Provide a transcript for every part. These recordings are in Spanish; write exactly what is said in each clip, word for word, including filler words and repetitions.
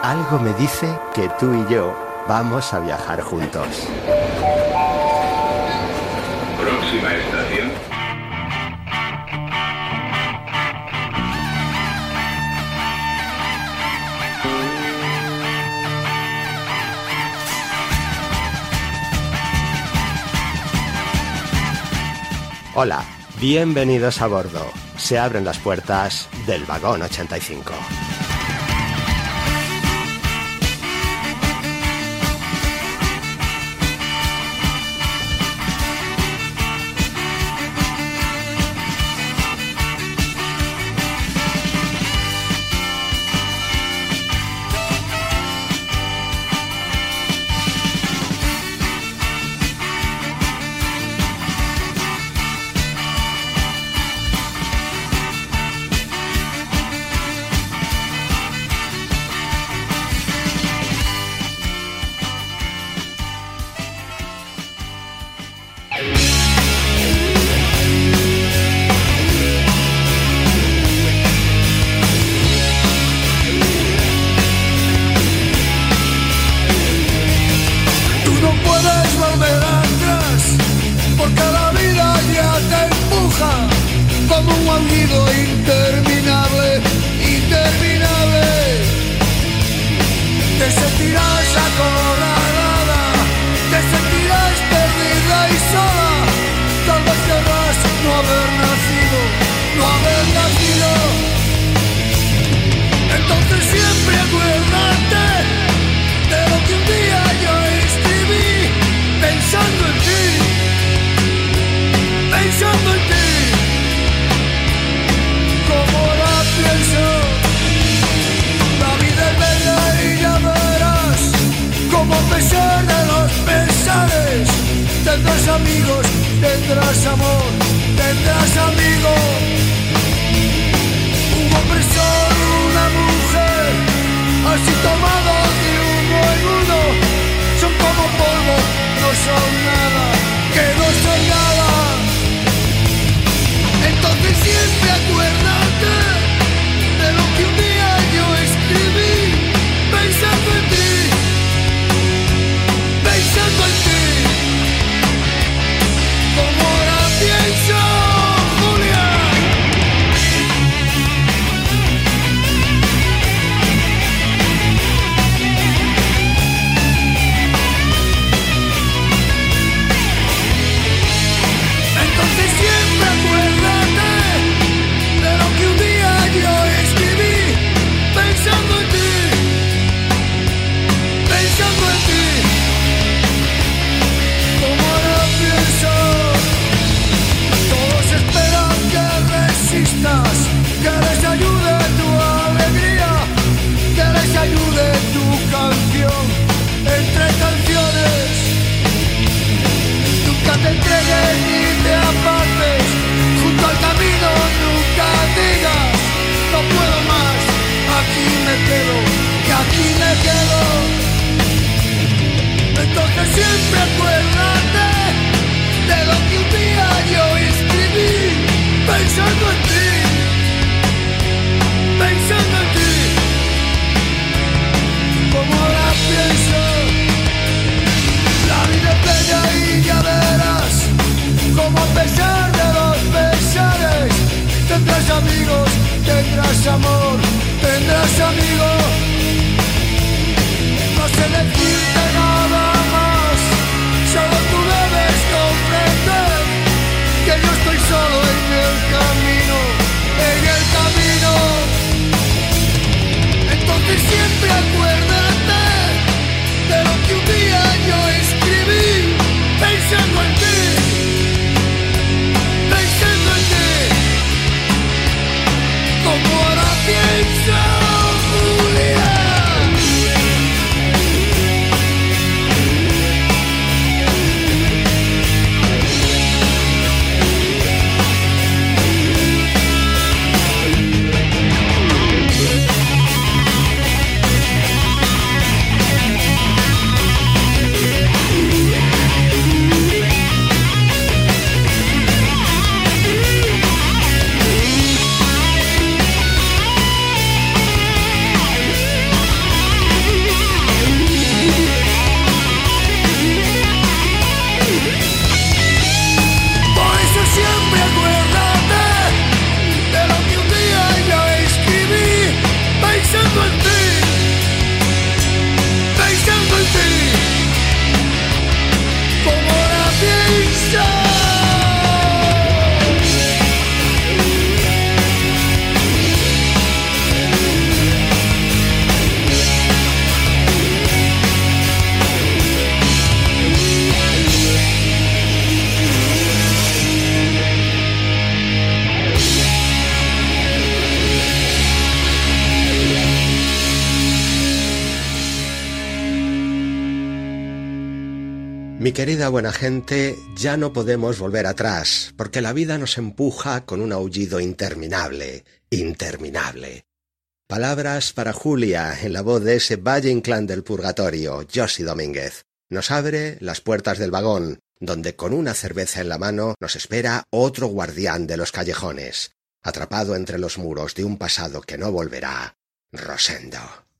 Algo me dice que tú y yo vamos a viajar juntos. Próxima estación. Hola, bienvenidos a bordo. Se abren las puertas del vagón ochenta y cinco. Tendrás amigos, tendrás amor, tendrás amigos. Un hombre solo, una mujer, así tomados de uno en uno. Son como polvo, no son nada, que no son nada. Entonces siempre acuérdate de lo que un día yo escribí, pensando en ti, pensando en ti. Como ahora pienso, Julia. Entonces siempre acuérdate de lo que un día yo escribí, pensando en ti, pensando en ti. Como ahora pienso. Todos esperan que resistas, que les ayude tu alegría, que les ayude tu canción, entre canciones. Nunca te entregues ni te apartes, junto al camino nunca digas, no puedo más, aquí me quedo, que aquí me quedo. Entonces siempre acuérdate de lo que un día yo escribí, pensando en ti, pensando en ti. Como ahora pienso, la vida es bella y ya verás, como a pesar de los pesares, tendrás amigos, tendrás amor, tendrás amigos. No sé decirte nada más, solo tú debes comprender que yo estoy solo en el camino, en el camino. Entonces siempre acuérdate de lo que un día yo escribí, pensando en ti, pensando en ti. Como ahora pienso, Julia. Mi querida buena gente, ya no podemos volver atrás, porque la vida nos empuja con un aullido interminable, interminable. Palabras para Julia, en la voz de ese Valle Inclán del Purgatorio, Josie Domínguez. Nos abre las puertas del vagón, donde con una cerveza en la mano nos espera otro guardián de los callejones, atrapado entre los muros de un pasado que no volverá, Rosendo.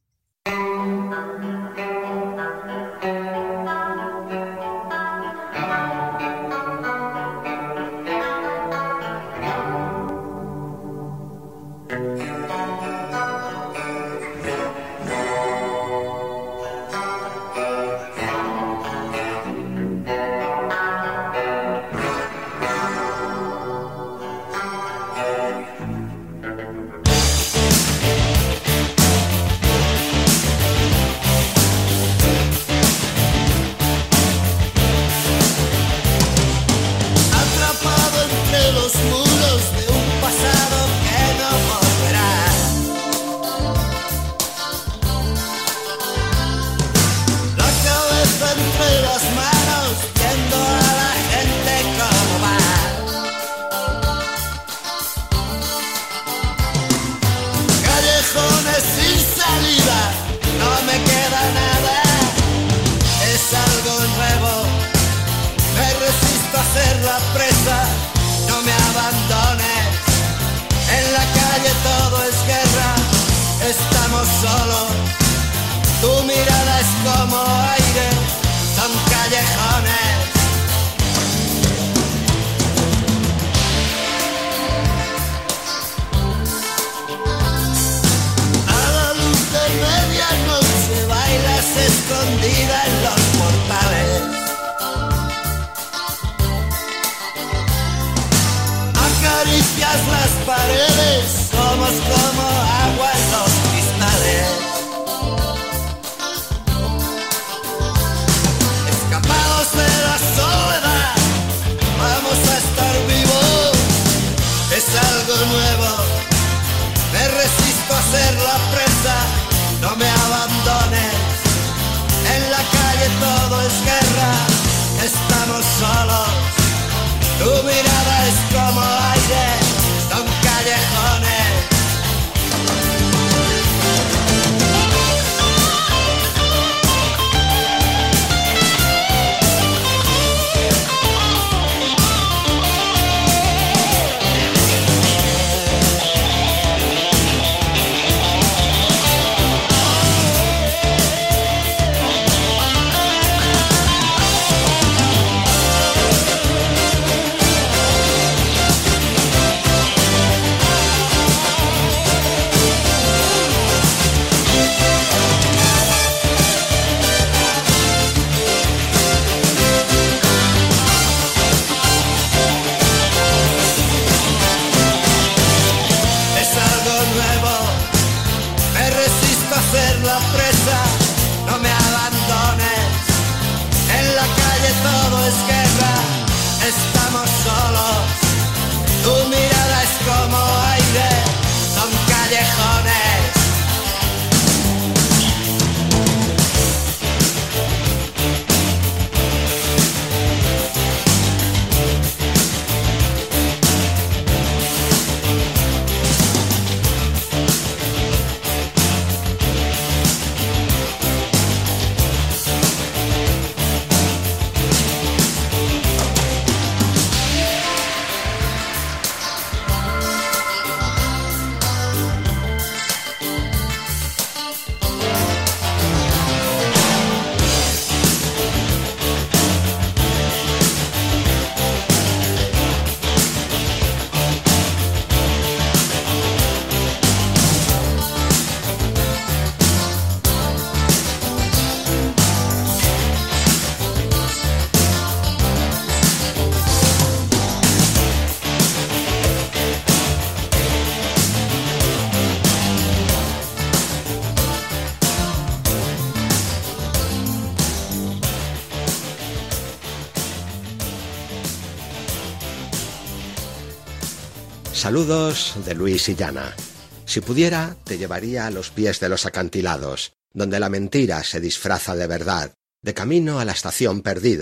Saludos de Luis y Llana. Si pudiera, te llevaría a los pies de los acantilados, donde la mentira se disfraza de verdad, de camino a la estación perdida,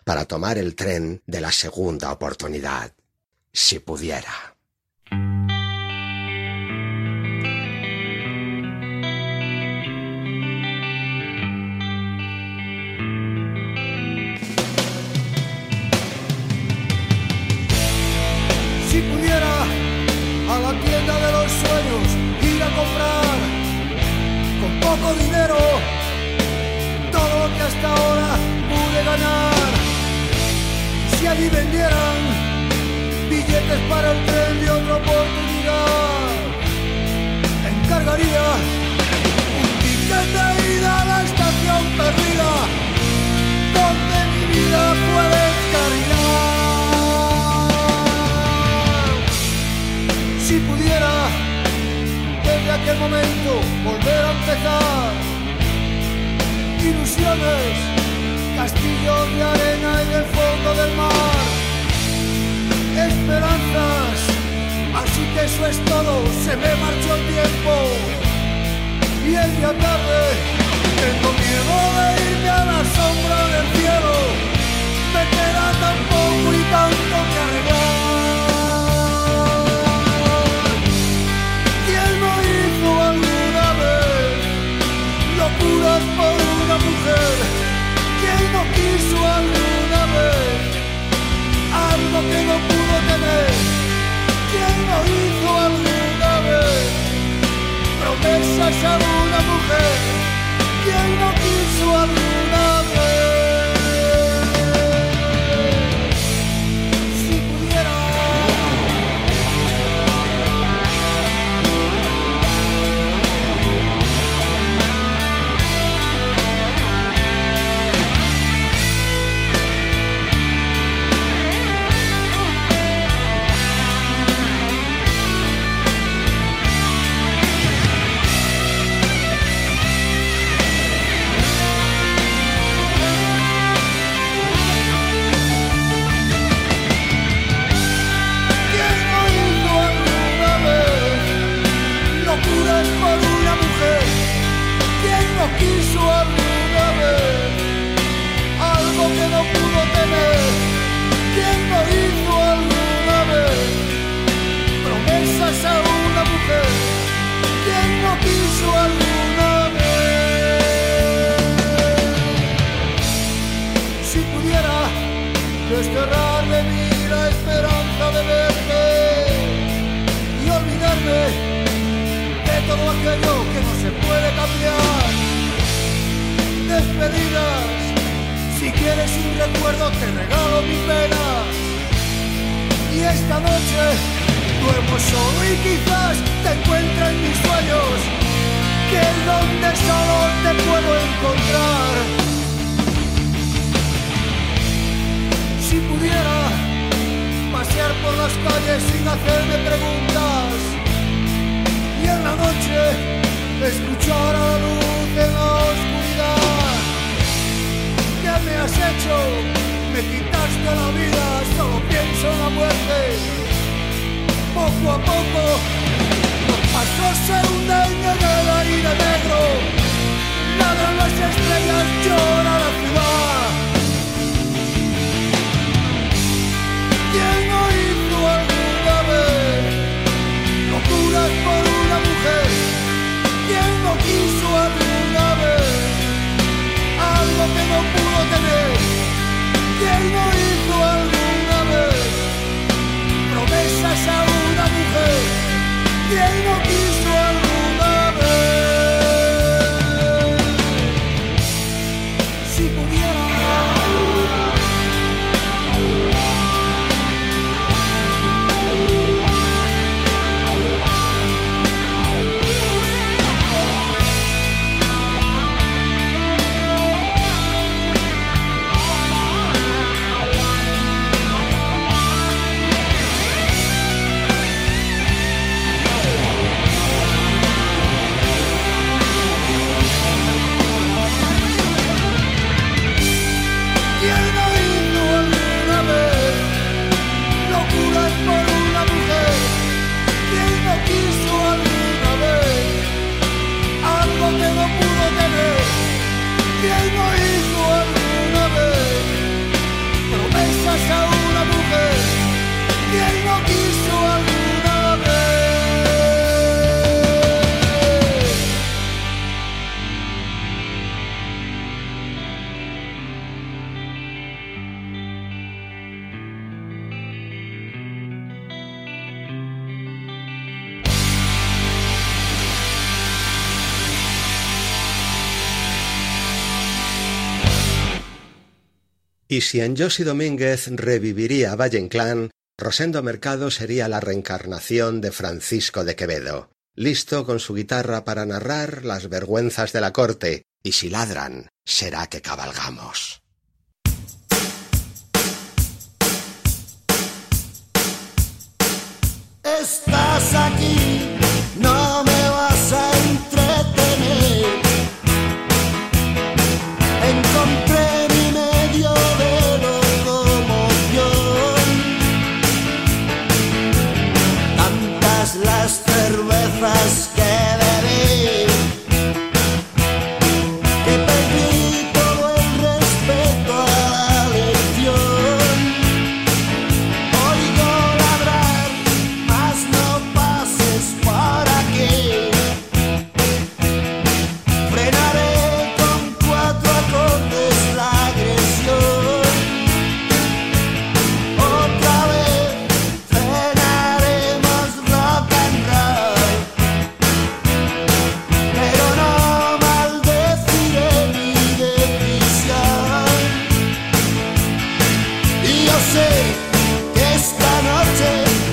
para tomar el tren de la segunda oportunidad. Si pudiera. Si pudiera a la tienda de los sueños ir a comprar con poco dinero todo lo que hasta ahora pude ganar. Si allí vendieran billetes para el tren de otra oportunidad, encargaría un ticket de ida a la estación perdida donde mi vida puede descarrilar. Si pudiera desde aquel momento volver a empezar, ilusiones, castillos de arena y del fondo del mar, esperanzas, así que eso es todo, se me marchó el tiempo y es ya tarde, tengo miedo de irme a la sombra del cielo, me queda tan poco y tanto que arreglar. ¿Quién no hizo alguna vez locuras por una mujer? ¿Quién no quiso alguna vez algo que no pudo tener? ¿Quién no hizo alguna vez promesas a una mujer? ¿Quién no quiso alguna vez? Si pudiera. Quiso alguna vez algo que no pudo tener. ¿Quién no hizo alguna vez promesas a una mujer? ¿Quién no quiso alguna vez? Si pudiera desterrar de mí la esperanza de verte y olvidarme de todo aquello que no se puede cambiar. Despedidas, si quieres un recuerdo te regalo mis penas. Y esta noche duermo solo y quizás te encuentre en mis sueños, que es donde solo te puedo encontrar. Si pudiera pasear por las calles sin hacerme preguntas y en la noche escuchar a la luz en la oscuridad. ¿Qué me has hecho? Me quitaste la vida, solo pienso en la muerte. Poco a poco los pasos se hunden en el aire negro, ladran las estrellas, llora la ciudad. ¿Quién no hizo alguna vez locuras por una mujer? ¿Quién no quiso alguna vez algo que no pudo tener? ¿Quién no hizo alguna vez promesas a una mujer? ¿Quién no quiso alguna vez Y si en Josi Domínguez reviviría Valle Inclán, Rosendo Mercado sería la reencarnación de Francisco de Quevedo, listo con su guitarra para narrar las vergüenzas de la corte, y si ladran, será que cabalgamos. Estás aquí, no me vas a entretener. Encontré mi medio de locomoción. Tantas las cervezas que bebí que perdí todo el respeto a la lección. Oigo ladrar, mas no pases por aquí. Frenaré con cuatro acordes la agresión. Otra vez frenaremos rock and roll, pero no maldeciré mi decisión. Y yo sé que esta noche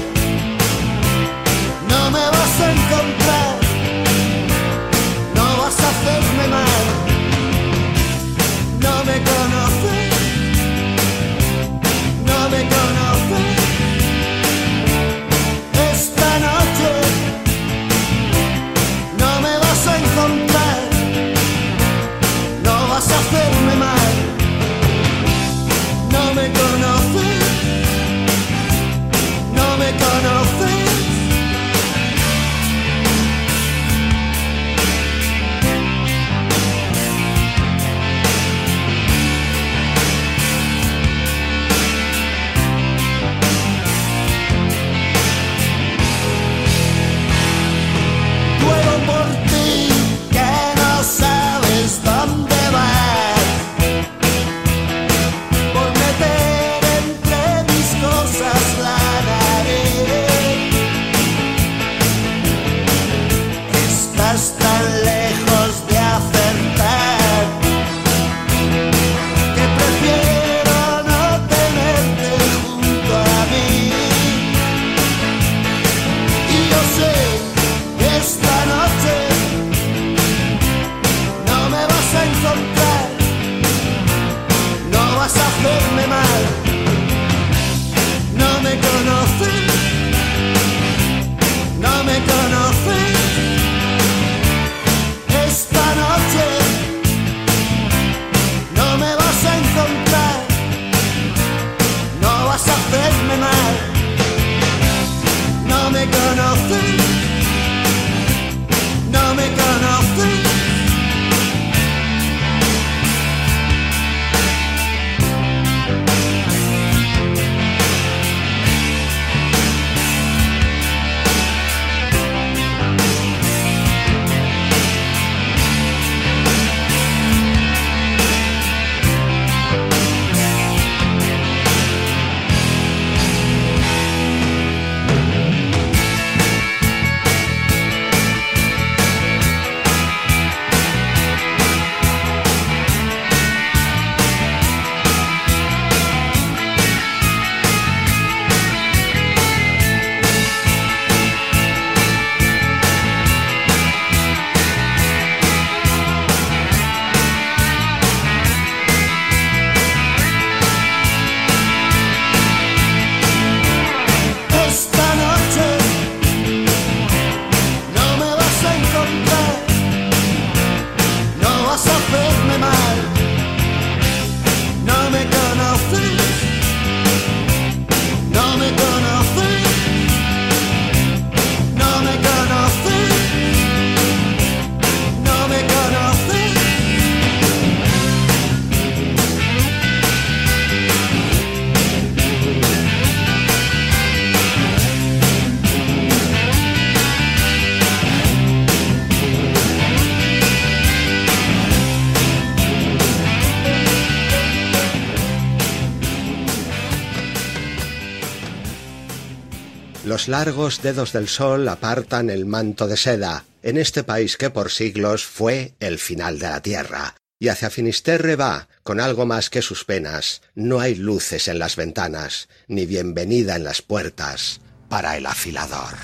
no me vas a encontrar, no vas a hacerme mal, no me conoces, no me conoces. Esta noche no me vas a encontrar, no vas a hacerme mal, no me conoces, no me conoces. Duelo por ti, que no sabes dónde vas, por meter entre mis cosas la nariz. Estás tan lejos de acertar que prefiero no tenerte junto a mí. Y yo sé que esta noche no me vas a encontrar, no vas a hacerme mal, no me conoces, no me conoces. Esta noche no me vas a encontrar, no vas a hacerme mal, no me conoces, no me conoces. Esta noche no me vas a encontrar, no vas a hacerme mal, no me conoces, no me conoces, no me conoces, no me conoces. Los largos dedos del sol apartan el manto de seda, en este país que por siglos fue el final de la tierra, y hacia Finisterre va, con algo más que sus penas. No hay luces en las ventanas, ni bienvenida en las puertas para el afilador.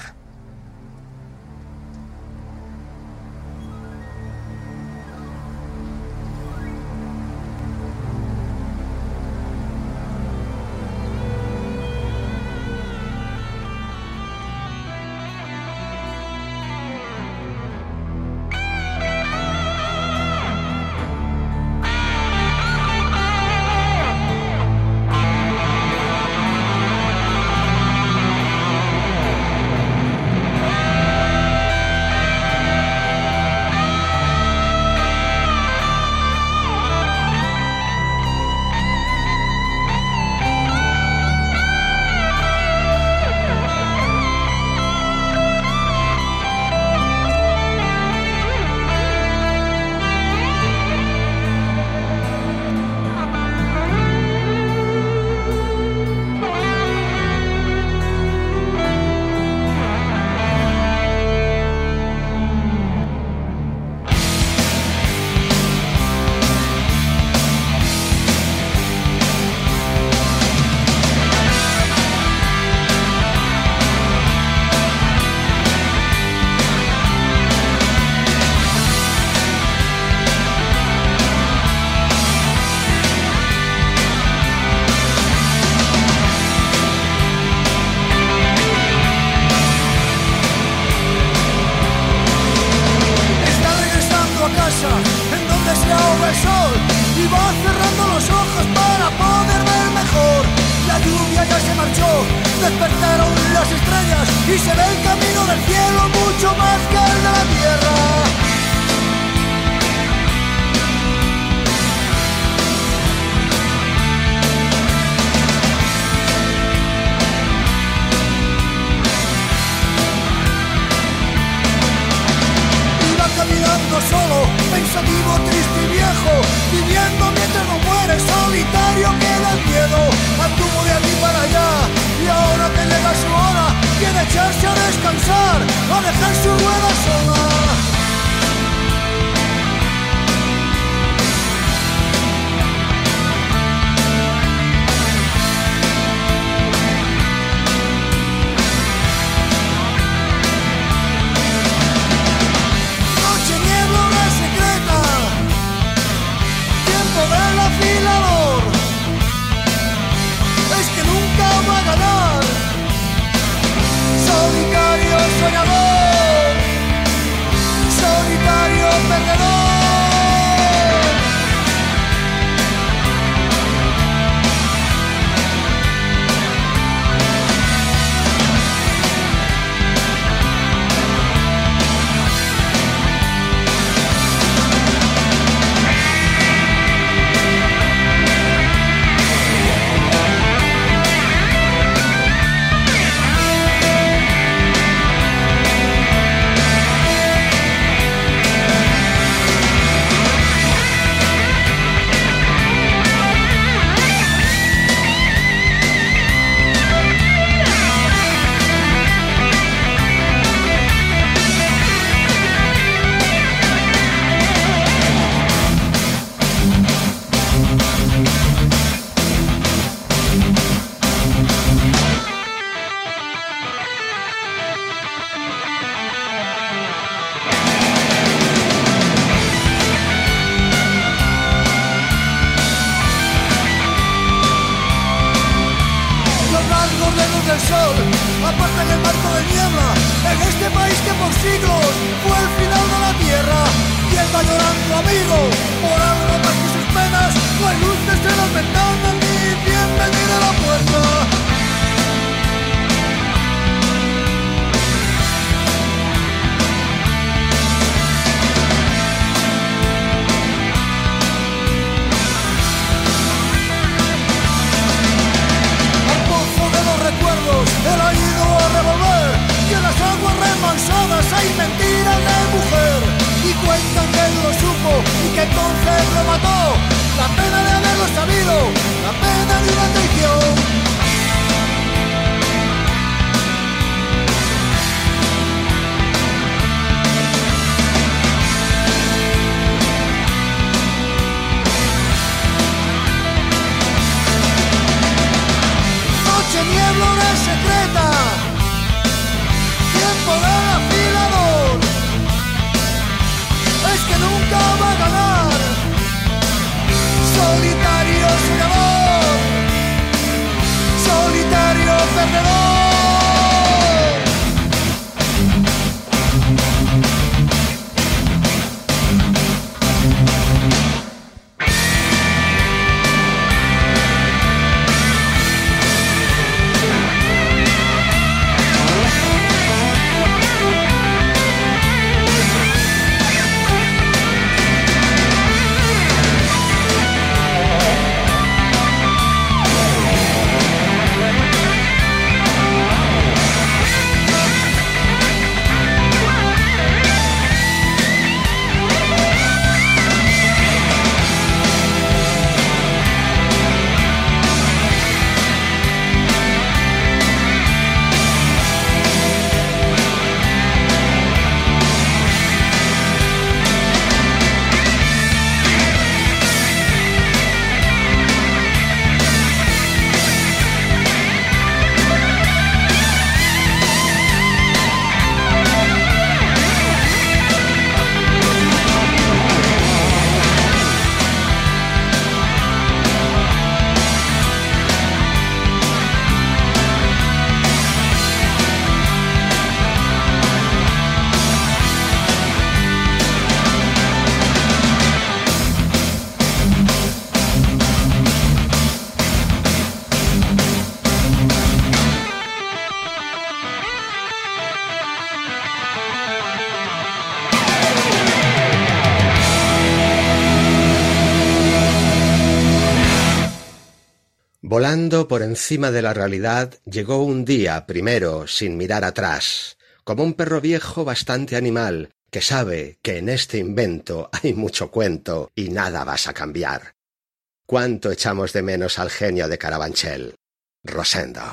Volando por encima de la realidad, llegó un día primero sin mirar atrás, como un perro viejo bastante animal, que sabe que en este invento hay mucho cuento y nada vas a cambiar. ¿Cuánto echamos de menos al genio de Carabanchel? Rosendo.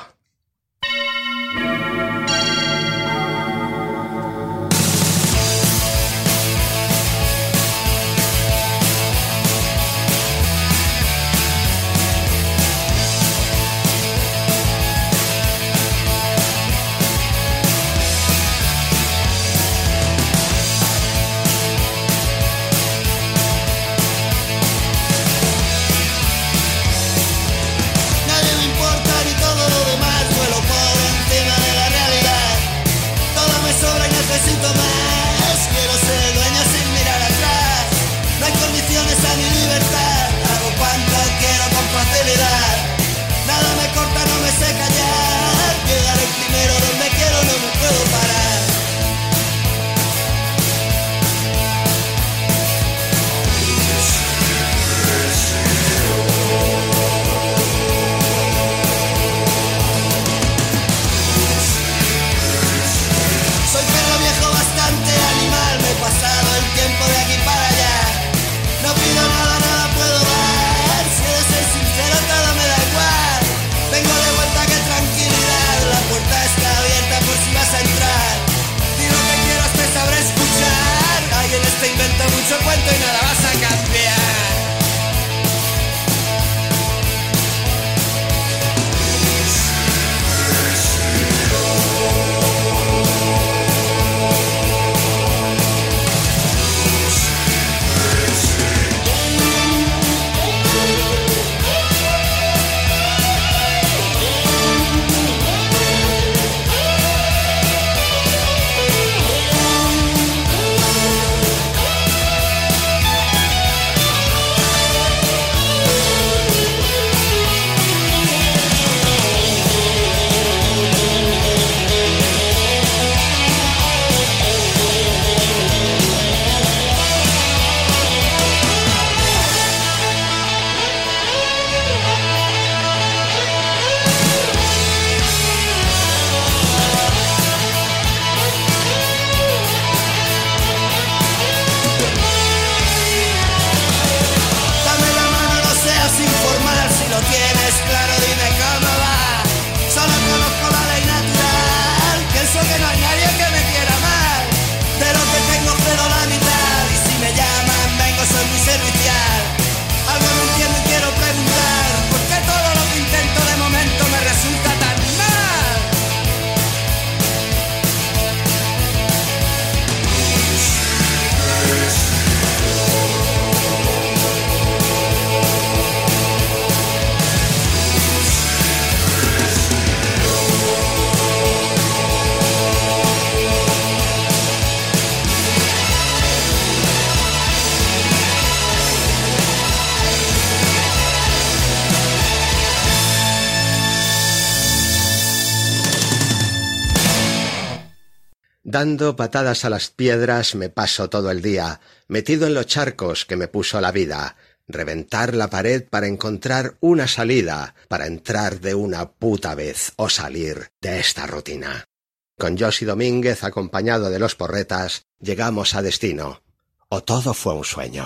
Dando patadas a las piedras me paso todo el día, metido en los charcos que me puso la vida. Reventar la pared para encontrar una salida, para entrar de una puta vez o salir de esta rutina. Con Josi Domínguez, acompañado de los porretas, llegamos a destino. ¿O todo fue un sueño?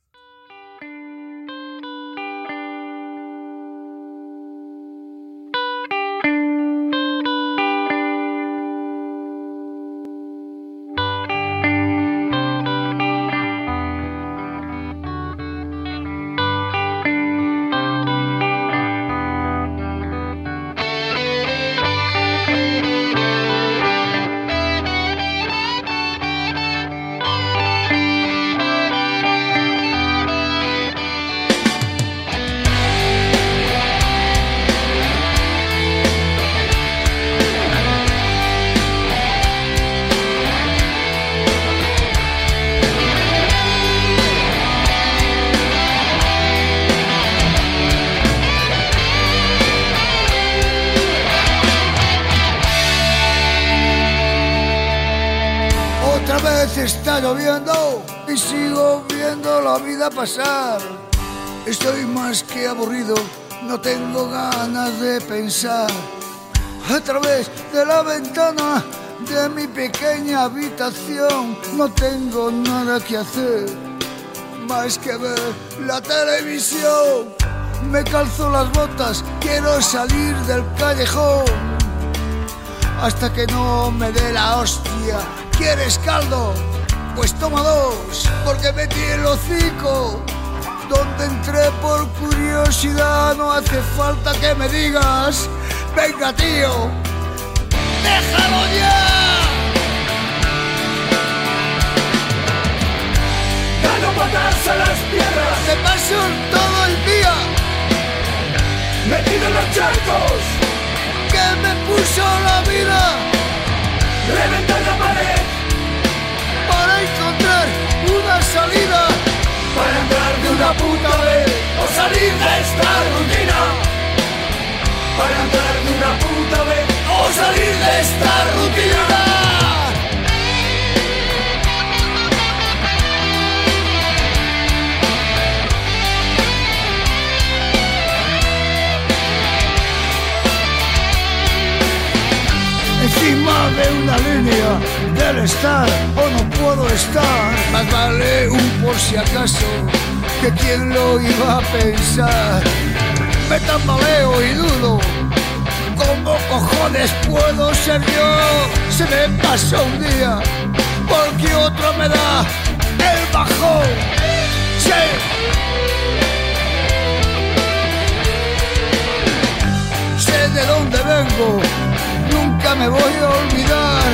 Está lloviendo y sigo viendo la vida pasar. Estoy más que aburrido no tengo ganas de pensar. A través de la ventana de mi pequeña habitación no tengo nada que hacer más que ver la televisión. Me calzo las botas, quiero salir del callejón hasta que no me dé la hostia. ¿Quieres caldo? Pues toma dos, porque metí el hocico donde entré por curiosidad. No hace falta que me digas, venga tío, déjalo ya. Dando patas a las piedras, te paso todo el día metido en los charcos que me puso la vida. Reventar la pared para encontrar una salida, para entrar de una puta vez o salir de esta rutina, para entrar de una puta vez o salir de esta rutina. Encima de una línea del estar o no puedo estar, más vale un por si acaso, que quién lo iba a pensar. Me tambaleo y dudo, ¿cómo cojones puedo ser yo? Se me pasa un día porque otro me da el bajón. Sí. Sé de dónde vengo, nunca me voy a olvidar.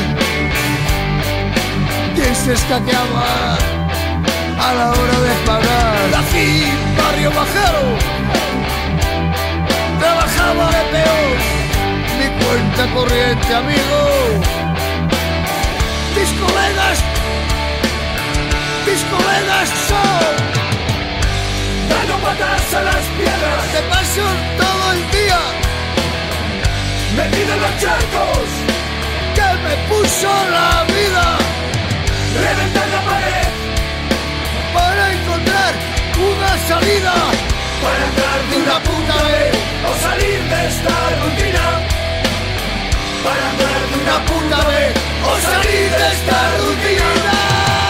¿Quién se escaqueaba a la hora de pagar? Nací barrio bajero, trabajaba de peor, mi cuenta corriente, amigo. Mis colegas, mis colegas son dando patas a las piedras. Te paso todo el día metido en los charcos que me puso la vida. Reventar la pared para encontrar una salida, para entrar de una puta vez o salir de esta rutina, para entrar de una puta vez o salir de esta rutina.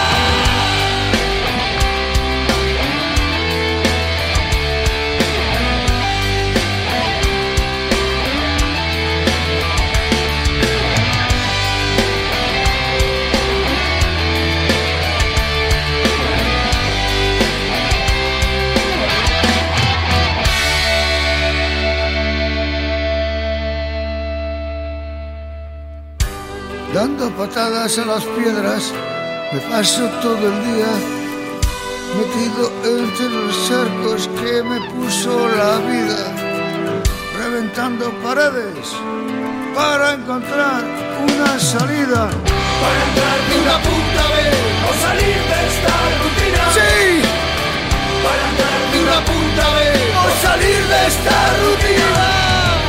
Dando patadas a las piedras, me paso todo el día metido entre los charcos que me puso la vida, reventando paredes para encontrar una salida, para entrar de una puta vez o salir de esta rutina. Sí, para entrar de una puta vez o salir de esta rutina.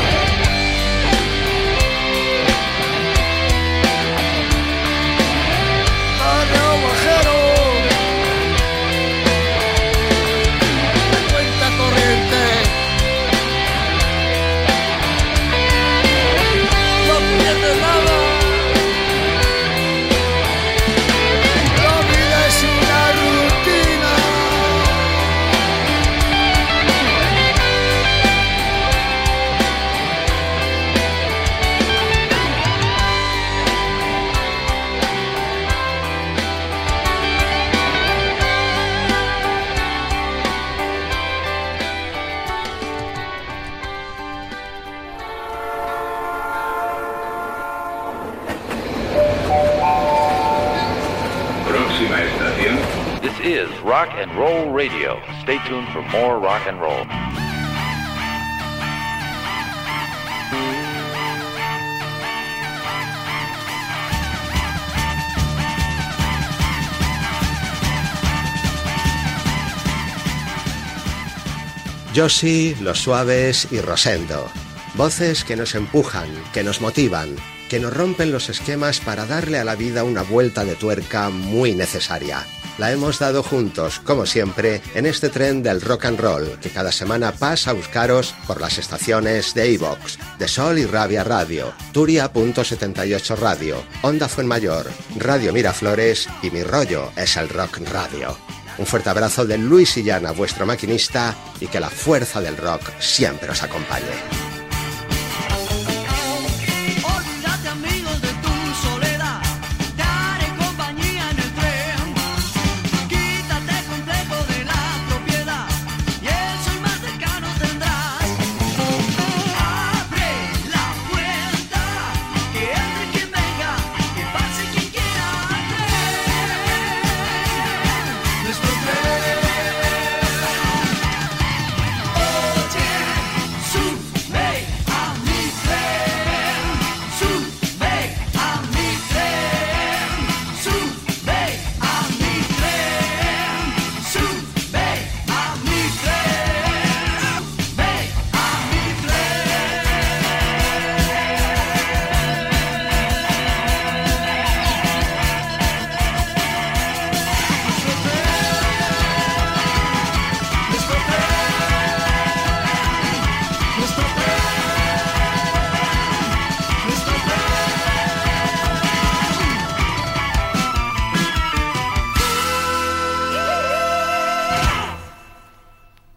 Rock and Roll Radio. Stay tuned for more rock and roll. Josie, Los Suaves y Rosendo. Voces que nos empujan, que nos motivan, que nos rompen los esquemas para darle a la vida una vuelta de tuerca muy necesaria. la hemos dado juntos, como siempre, en este tren del rock and roll, que cada semana pasa a buscaros por las estaciones de iVox, de Sol y Rabia Radio, Turia punto setenta y ocho Radio, Onda Fuenmayor, Radio Miraflores y Mi Rollo es el Rock Radio. Un fuerte abrazo de Luis Illana, vuestro maquinista, y que la fuerza del rock siempre os acompañe.